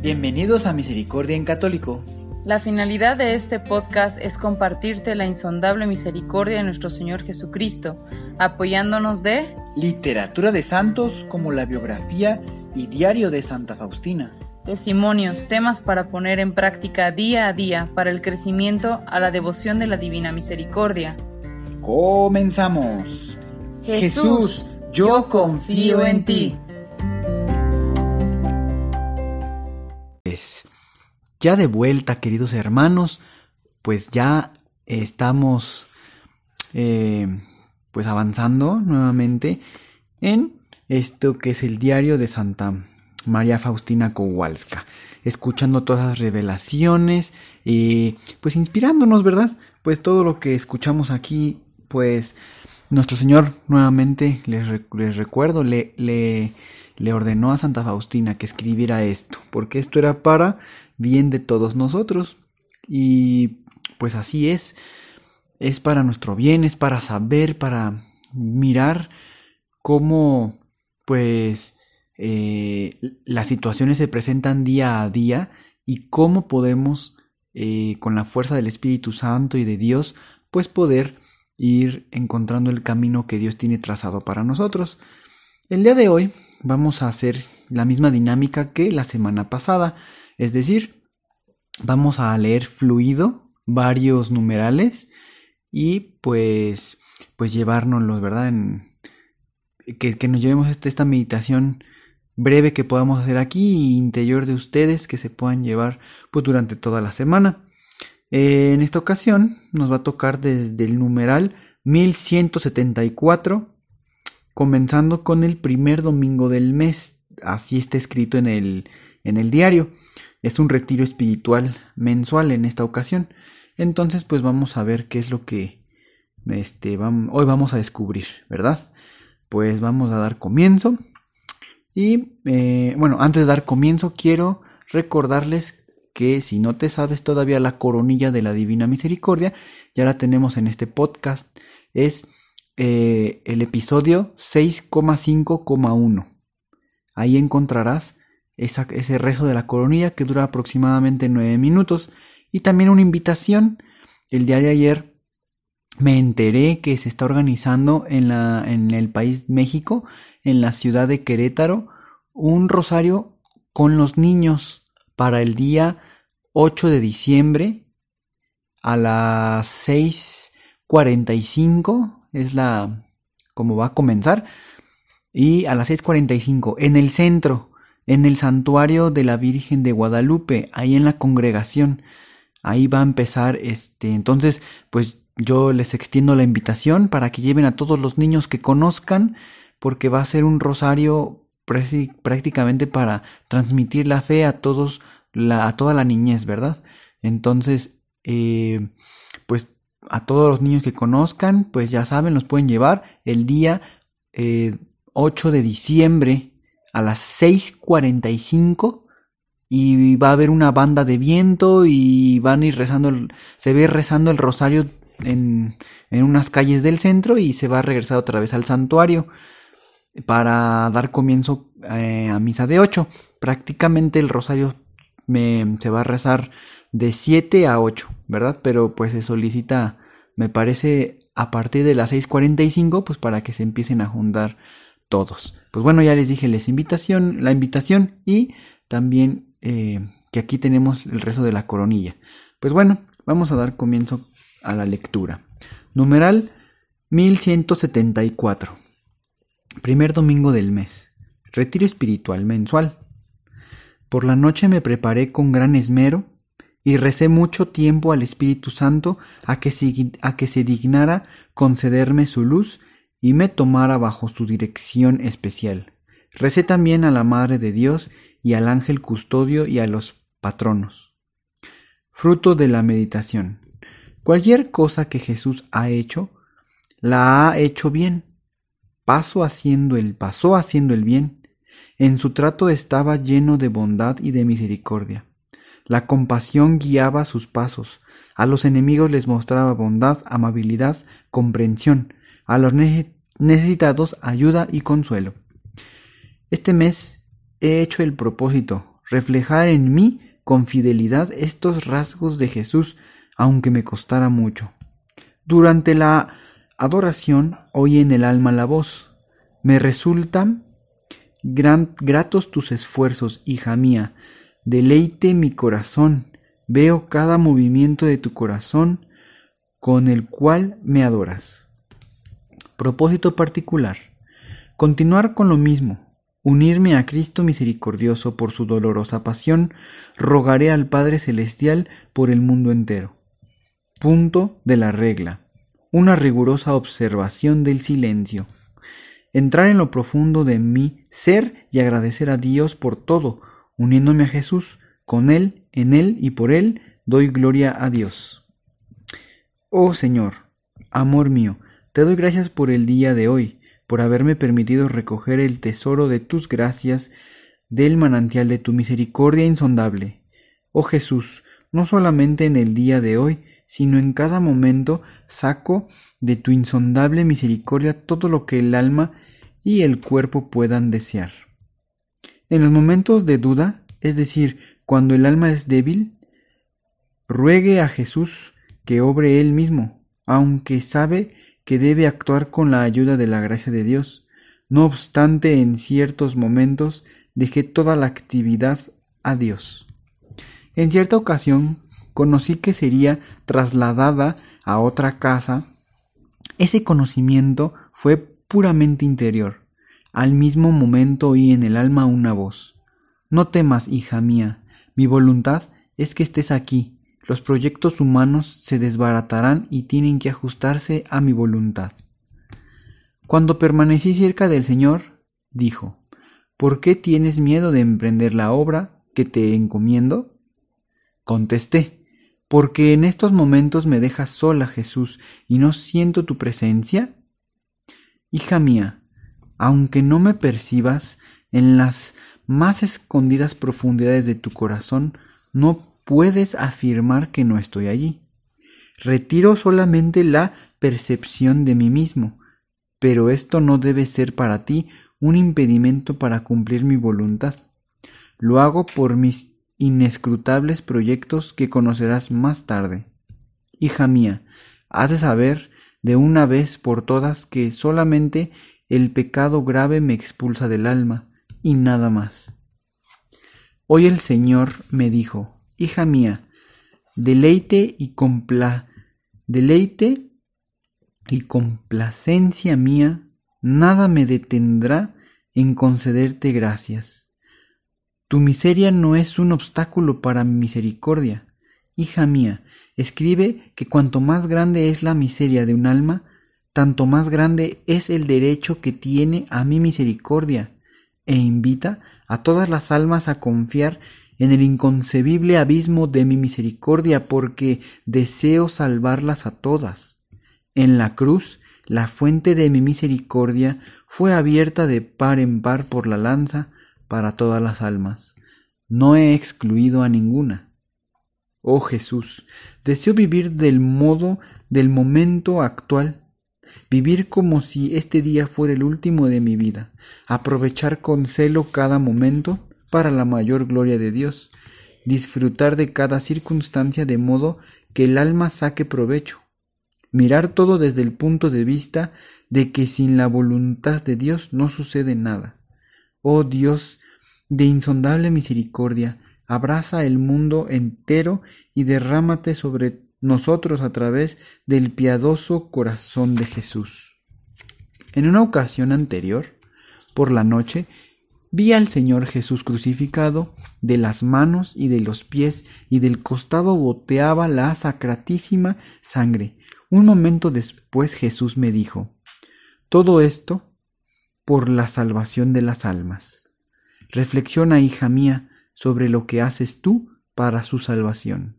Bienvenidos a Misericordia en Católico. La finalidad de este podcast es compartirte la insondable misericordia de nuestro Señor Jesucristo, apoyándonos de literatura de santos como la biografía y diario de Santa Faustina, testimonios, temas para poner en práctica día a día para el crecimiento a la devoción de la Divina Misericordia. ¡Comenzamos! Jesús, yo confío en ti. Ya de vuelta, queridos hermanos, pues ya estamos avanzando nuevamente en esto que es el diario de Santa María Faustina Kowalska, escuchando todas las revelaciones y pues inspirándonos, ¿verdad? Pues todo lo que escuchamos aquí, pues nuestro Señor nuevamente, les recuerdo, le ordenó a Santa Faustina que escribiera esto, porque esto era para bien de todos nosotros. Y pues así es para nuestro bien, es para saber, para mirar cómo pues las situaciones se presentan día a día y cómo podemos con la fuerza del Espíritu Santo y de Dios pues poder ir encontrando el camino que Dios tiene trazado para nosotros. El día de hoy vamos a hacer la misma dinámica que la semana pasada, es decir, vamos a leer fluido varios numerales y pues llevárnoslos, ¿verdad? Que nos llevemos esta meditación breve que podamos hacer aquí y interior de ustedes que se puedan llevar pues durante toda la semana. En esta ocasión nos va a tocar desde el numeral 1174, comenzando con el primer domingo del mes. Así está escrito en el diario. Es un retiro espiritual mensual en esta ocasión. Entonces pues vamos a ver qué es lo que hoy vamos a descubrir, ¿verdad? Pues vamos a dar comienzo. Y antes de dar comienzo quiero recordarles que si no te sabes todavía la coronilla de la Divina Misericordia, ya la tenemos en este podcast. Es el episodio 6,5,1. Ahí encontrarás ese rezo de la coronilla que dura aproximadamente 9 minutos. Y también una invitación. El día de ayer me enteré que se está organizando en el país México, en la ciudad de Querétaro, un rosario con los niños para el día 8 de diciembre a las 6:45 es como va a comenzar, y a las 6:45 en el centro, en el santuario de la Virgen de Guadalupe, ahí en la congregación. Ahí va a empezar entonces pues yo les extiendo la invitación para que lleven a todos los niños que conozcan, porque va a ser un rosario prácticamente para transmitir la fe a toda la niñez, ¿verdad? Entonces pues a todos los niños que conozcan, pues ya saben, los pueden llevar el día 8 de diciembre a las 6:45, y va a haber una banda de viento y van a ir rezando, se ve rezando el rosario en unas calles del centro, y se va a regresar otra vez al santuario para dar comienzo a misa de 8. Prácticamente el rosario se va a rezar de 7 a 8, ¿verdad? Pero pues se solicita, me parece, a partir de las 6:45, pues para que se empiecen a juntar todos. Pues bueno, ya les dije la invitación y también que aquí tenemos el rezo de la coronilla. Pues bueno, vamos a dar comienzo a la lectura. Numeral 1174. Primer domingo del mes. Retiro espiritual mensual. Por la noche me preparé con gran esmero y recé mucho tiempo al Espíritu Santo a que se dignara concederme su luz y me tomara bajo su dirección especial. Recé también a la Madre de Dios y al ángel custodio y a los patronos. Fruto de la meditación. Cualquier cosa que Jesús ha hecho, la ha hecho bien. Pasó haciendo el bien. En su trato estaba lleno de bondad y de misericordia. La compasión guiaba sus pasos. A los enemigos les mostraba bondad, amabilidad, comprensión. A los necesitados ayuda y consuelo. Este mes he hecho el propósito, reflejar en mí con fidelidad estos rasgos de Jesús, aunque me costara mucho. Durante la adoración oí en el alma la voz: me resultan gratos tus esfuerzos, hija mía, deleite mi corazón, veo cada movimiento de tu corazón con el cual me adoras. Propósito particular: continuar con lo mismo, unirme a Cristo misericordioso por su dolorosa pasión, rogaré al Padre Celestial por el mundo entero. Punto de la regla: una rigurosa observación del silencio. Entrar en lo profundo de mi ser y agradecer a Dios por todo, uniéndome a Jesús, con Él, en Él y por Él, doy gloria a Dios. Oh Señor, amor mío, te doy gracias por el día de hoy, por haberme permitido recoger el tesoro de tus gracias, del manantial de tu misericordia insondable. Oh Jesús, no solamente en el día de hoy, sino en cada momento saco de tu insondable misericordia todo lo que el alma y el cuerpo puedan desear. En los momentos de duda, es decir, cuando el alma es débil, ruegue a Jesús que obre Él mismo, aunque sabe que debe actuar con la ayuda de la gracia de Dios. No obstante, en ciertos momentos dejé toda la actividad a Dios. En cierta ocasión conocí que sería trasladada a otra casa. Ese conocimiento fue puramente interior. Al mismo momento oí en el alma una voz: no temas, hija mía, mi voluntad es que estés aquí. Los proyectos humanos se desbaratarán y tienen que ajustarse a mi voluntad. Cuando permanecí cerca del Señor, dijo: ¿por qué tienes miedo de emprender la obra que te encomiendo? Contesté: porque en estos momentos me dejas sola, Jesús, y no siento tu presencia. Hija mía, aunque no me percibas, en las más escondidas profundidades de tu corazón no puedes afirmar que no estoy allí. Retiro solamente la percepción de mí mismo, pero esto no debe ser para ti un impedimento para cumplir mi voluntad. Lo hago por mis inescrutables proyectos que conocerás más tarde. Hija mía, has de saber de una vez por todas que solamente el pecado grave me expulsa del alma y nada más. Hoy el Señor me dijo: hija mía, deleite y complacencia mía, nada me detendrá en concederte gracias. Tu miseria no es un obstáculo para mi misericordia. Hija mía, escribe que cuanto más grande es la miseria de un alma, tanto más grande es el derecho que tiene a mi misericordia, e invita a todas las almas a confiar en el inconcebible abismo de mi misericordia, porque deseo salvarlas a todas. En la cruz, la fuente de mi misericordia fue abierta de par en par por la lanza para todas las almas. No he excluido a ninguna. Oh Jesús, deseo vivir del modo del momento actual, vivir como si este día fuera el último de mi vida, aprovechar con celo cada momento para la mayor gloria de Dios, disfrutar de cada circunstancia de modo que el alma saque provecho, mirar todo desde el punto de vista de que sin la voluntad de Dios no sucede nada. Oh Dios de insondable misericordia, abraza el mundo entero y derrámate sobre nosotros a través del piadoso corazón de Jesús. En una ocasión anterior, por la noche, vi al Señor Jesús crucificado. De las manos y de los pies y del costado goteaba la sacratísima sangre. Un momento después Jesús me dijo: todo esto por la salvación de las almas. Reflexiona, hija mía, sobre lo que haces tú para su salvación.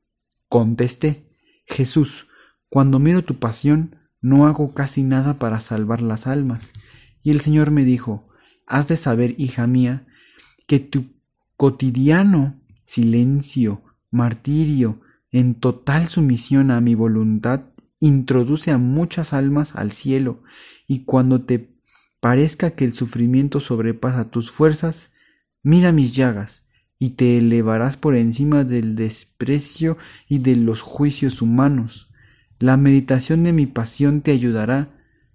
Contesté: Jesús, cuando miro tu pasión, no hago casi nada para salvar las almas. Y el Señor me dijo: has de saber, hija mía, que tu cotidiano silencio, martirio, en total sumisión a mi voluntad, introduce a muchas almas al cielo, y cuando te parezca que el sufrimiento sobrepasa tus fuerzas, mira mis llagas y te elevarás por encima del desprecio y de los juicios humanos. La meditación de mi pasión te ayudará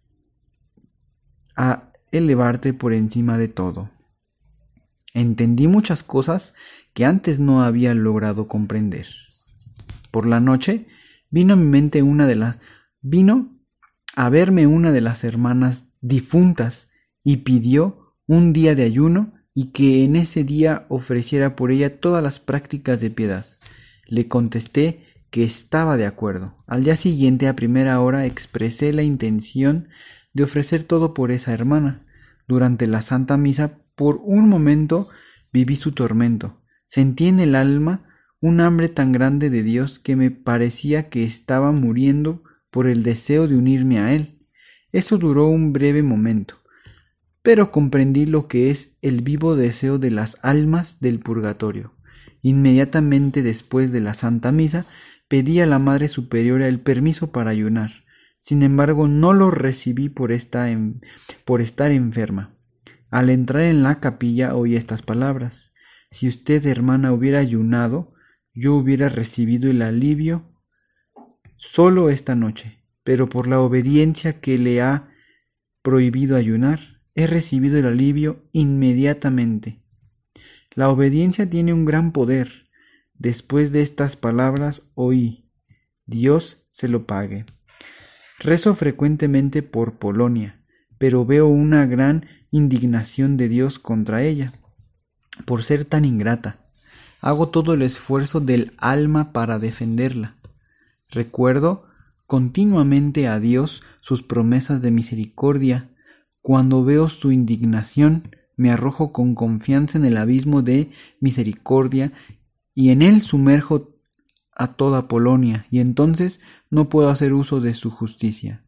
a elevarte por encima de todo. Entendí muchas cosas que antes no había logrado comprender. Por la noche vino a mi mente vino a verme una de las hermanas difuntas y pidió un día de ayuno y que en ese día ofreciera por ella todas las prácticas de piedad. Le contesté que estaba de acuerdo. Al día siguiente, a primera hora, expresé la intención de ofrecer todo por esa hermana. Durante la Santa Misa, por un momento, viví su tormento. Sentí en el alma un hambre tan grande de Dios que me parecía que estaba muriendo por el deseo de unirme a Él. Eso duró un breve momento, pero comprendí lo que es el vivo deseo de las almas del purgatorio. Inmediatamente después de la Santa Misa, pedí a la Madre Superiora el permiso para ayunar. Sin embargo, no lo recibí por estar enferma. Al entrar en la capilla oí estas palabras: si usted, hermana, hubiera ayunado, yo hubiera recibido el alivio solo esta noche, pero por la obediencia que le ha prohibido ayunar, he recibido el alivio inmediatamente. La obediencia tiene un gran poder. Después de estas palabras oí: Dios se lo pague. Rezo frecuentemente por Polonia, pero veo una gran indignación de Dios contra ella, por ser tan ingrata. Hago todo el esfuerzo del alma para defenderla. Recuerdo continuamente a Dios sus promesas de misericordia. Cuando veo su indignación, me arrojo con confianza en el abismo de misericordia y en él sumerjo a toda Polonia, y entonces no puedo hacer uso de su justicia.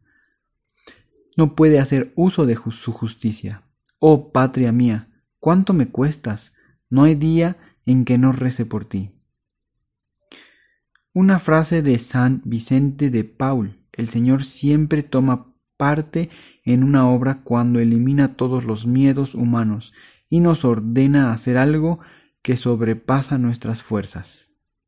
No puede hacer uso de su justicia. Oh patria mía, cuánto me cuestas. No hay día en que no rece por ti. Una frase de San Vicente de Paul: el Señor siempre toma parte en una obra cuando elimina todos los miedos humanos y nos ordena hacer algo que sobrepasa nuestras fuerzas.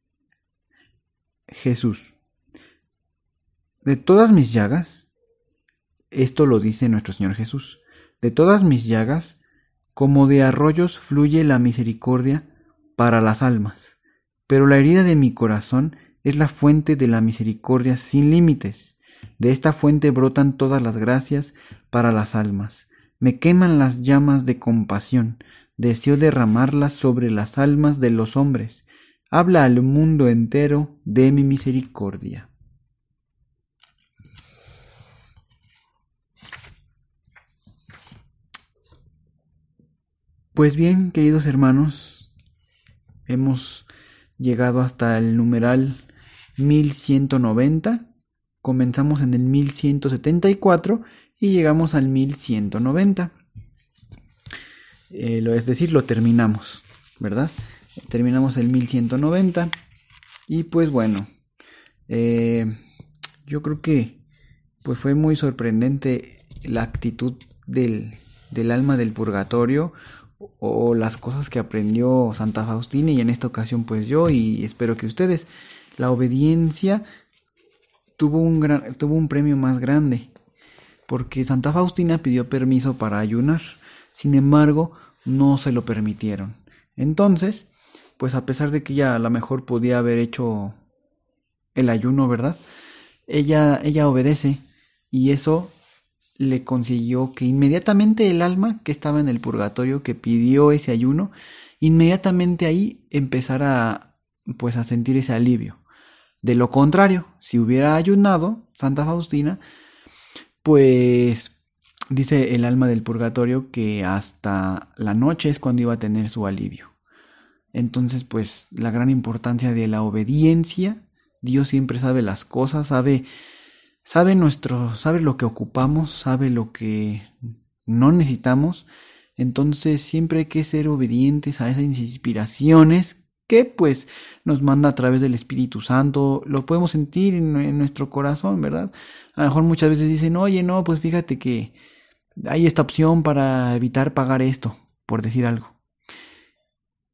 Jesús: de todas mis llagas, esto lo dice nuestro Señor Jesús, de todas mis llagas, como de arroyos fluye la misericordia para las almas, pero la herida de mi corazón es la fuente de la misericordia sin límites. De esta fuente brotan todas las gracias para las almas. Me queman las llamas de compasión, deseo derramarlas sobre las almas de los hombres. Habla al mundo entero de mi misericordia. Pues bien, queridos hermanos, hemos llegado hasta el numeral 1190. Comenzamos en el 1174 y llegamos al 1190. Es decir, lo terminamos, ¿verdad? Terminamos el 1190 y pues bueno, yo creo que pues fue muy sorprendente la actitud del alma del purgatorio, o las cosas que aprendió Santa Faustina, y en esta ocasión pues yo, y espero que ustedes. La obediencia tuvo un premio más grande, porque Santa Faustina pidió permiso para ayunar, sin embargo no se lo permitieron. Entonces, pues a pesar de que ella a lo mejor podía haber hecho el ayuno, ¿verdad? Ella obedece, y eso le consiguió que inmediatamente el alma que estaba en el purgatorio, que pidió ese ayuno, inmediatamente ahí empezara pues a sentir ese alivio. De lo contrario, si hubiera ayunado Santa Faustina, pues dice el alma del purgatorio que hasta la noche es cuando iba a tener su alivio. Entonces, pues la gran importancia de la obediencia. Dios siempre sabe las cosas, sabe lo que ocupamos, sabe lo que no necesitamos. Entonces siempre hay que ser obedientes a esas inspiraciones que pues nos manda a través del Espíritu Santo. Lo podemos sentir en nuestro corazón, ¿verdad? A lo mejor muchas veces dicen: oye, no, pues fíjate que hay esta opción para evitar pagar esto, por decir algo.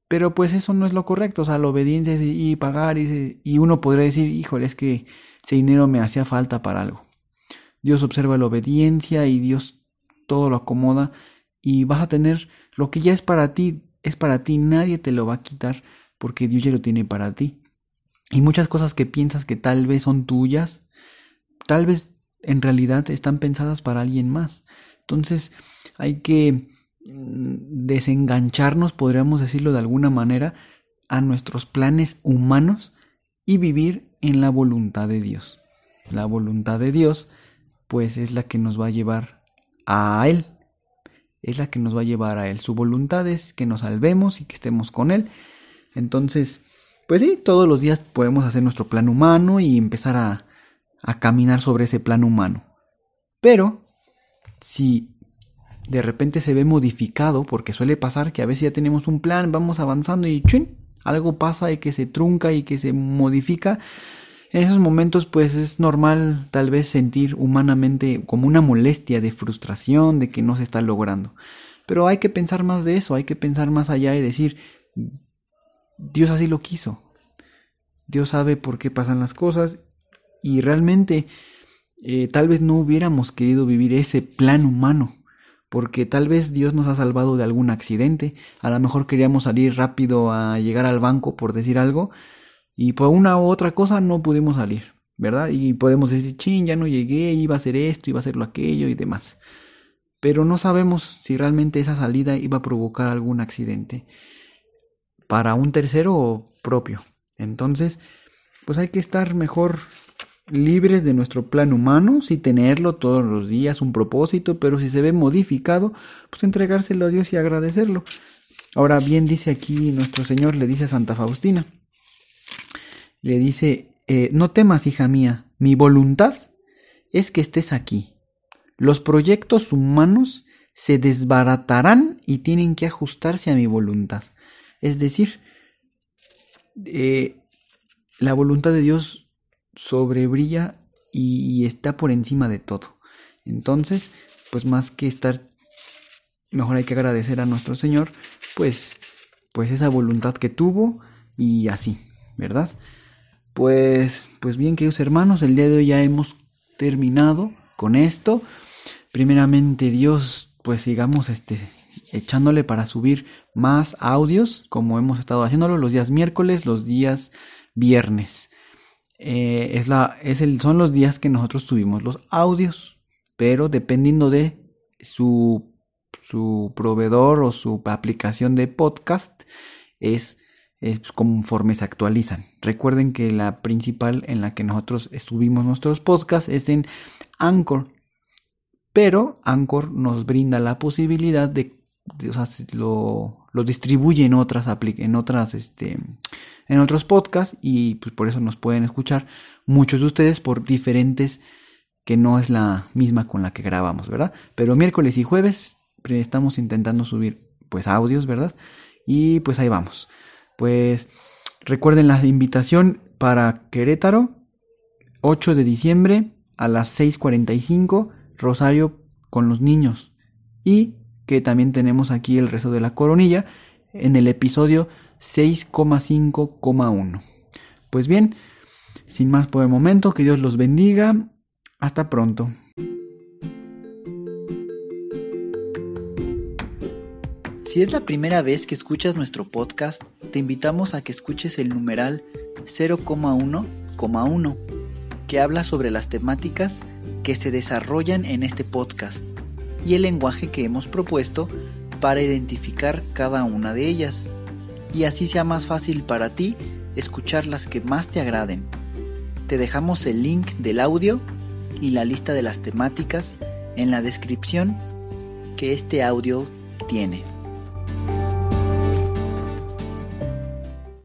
Pero pues eso no es lo correcto, o sea, la obediencia es y pagar y uno podría decir, híjole, es que ese dinero me hacía falta para algo. Dios observa la obediencia y Dios todo lo acomoda y vas a tener lo que ya es para ti, nadie te lo va a quitar porque Dios ya lo tiene para ti. Y muchas cosas que piensas que tal vez son tuyas, tal vez en realidad están pensadas para alguien más. Entonces hay que desengancharnos, podríamos decirlo de alguna manera, a nuestros planes humanos y vivir en la voluntad de Dios. La voluntad de Dios, pues, es la que nos va a llevar a Él. Es la que nos va a llevar a Él. Su voluntad es que nos salvemos y que estemos con Él. Entonces, pues sí, todos los días podemos hacer nuestro plan humano y empezar a caminar sobre ese plan humano. Pero, si de repente se ve modificado, porque suele pasar que a veces ya tenemos un plan, vamos avanzando y ¡chun!, algo pasa y que se trunca y que se modifica. En esos momentos pues es normal tal vez sentir humanamente como una molestia de frustración de que no se está logrando. Pero hay que pensar más de eso, hay que pensar más allá y decir, Dios así lo quiso. Dios sabe por qué pasan las cosas y realmente tal vez no hubiéramos querido vivir ese plan humano. Porque tal vez Dios nos ha salvado de algún accidente, a lo mejor queríamos salir rápido a llegar al banco por decir algo, y por una u otra cosa no pudimos salir, ¿verdad? Y podemos decir, ya no llegué, iba a hacer esto, iba a hacer lo aquello y demás. Pero no sabemos si realmente esa salida iba a provocar algún accidente para un tercero o propio. Entonces, pues hay que estar mejor libres de nuestro plan humano, sí tenerlo todos los días, un propósito, pero si se ve modificado, pues entregárselo a Dios y agradecerlo. Ahora bien dice aquí nuestro Señor, le dice a Santa Faustina, le dice, no temas, hija mía, mi voluntad es que estés aquí. Los proyectos humanos se desbaratarán y tienen que ajustarse a mi voluntad. Es decir, la voluntad de Dios sobrebrilla y está por encima de todo. Entonces, pues más que estar, mejor hay que agradecer a nuestro Señor, pues esa voluntad que tuvo y así, ¿verdad? Pues bien, queridos hermanos, el día de hoy ya hemos terminado con esto. Primeramente, Dios, pues sigamos echándole para subir más audios, como hemos estado haciéndolo los días miércoles, los días viernes. Son los días que nosotros subimos los audios, pero dependiendo de su proveedor o su aplicación de podcast es conforme se actualizan. Recuerden que la principal en la que nosotros subimos nuestros podcasts es en Anchor, pero Anchor nos brinda la posibilidad de lo distribuye en otros podcasts y pues por eso nos pueden escuchar muchos de ustedes por diferentes, que no es la misma con la que grabamos, ¿verdad? Pero miércoles y jueves estamos intentando subir pues audios, ¿verdad? Y pues ahí vamos. Pues recuerden la invitación para Querétaro, 8 de diciembre a las 6:45, Rosario con los niños. Y que también tenemos aquí el rezo de la coronilla en el episodio 6,5,1. Pues bien, sin más por el momento, que Dios los bendiga. Hasta pronto. Si es la primera vez que escuchas nuestro podcast, te invitamos a que escuches el numeral 0,1,1, que habla sobre las temáticas que se desarrollan en este podcast y el lenguaje que hemos propuesto para identificar cada una de ellas, y así sea más fácil para ti escuchar las que más te agraden. Te dejamos el link del audio y la lista de las temáticas en la descripción que este audio tiene.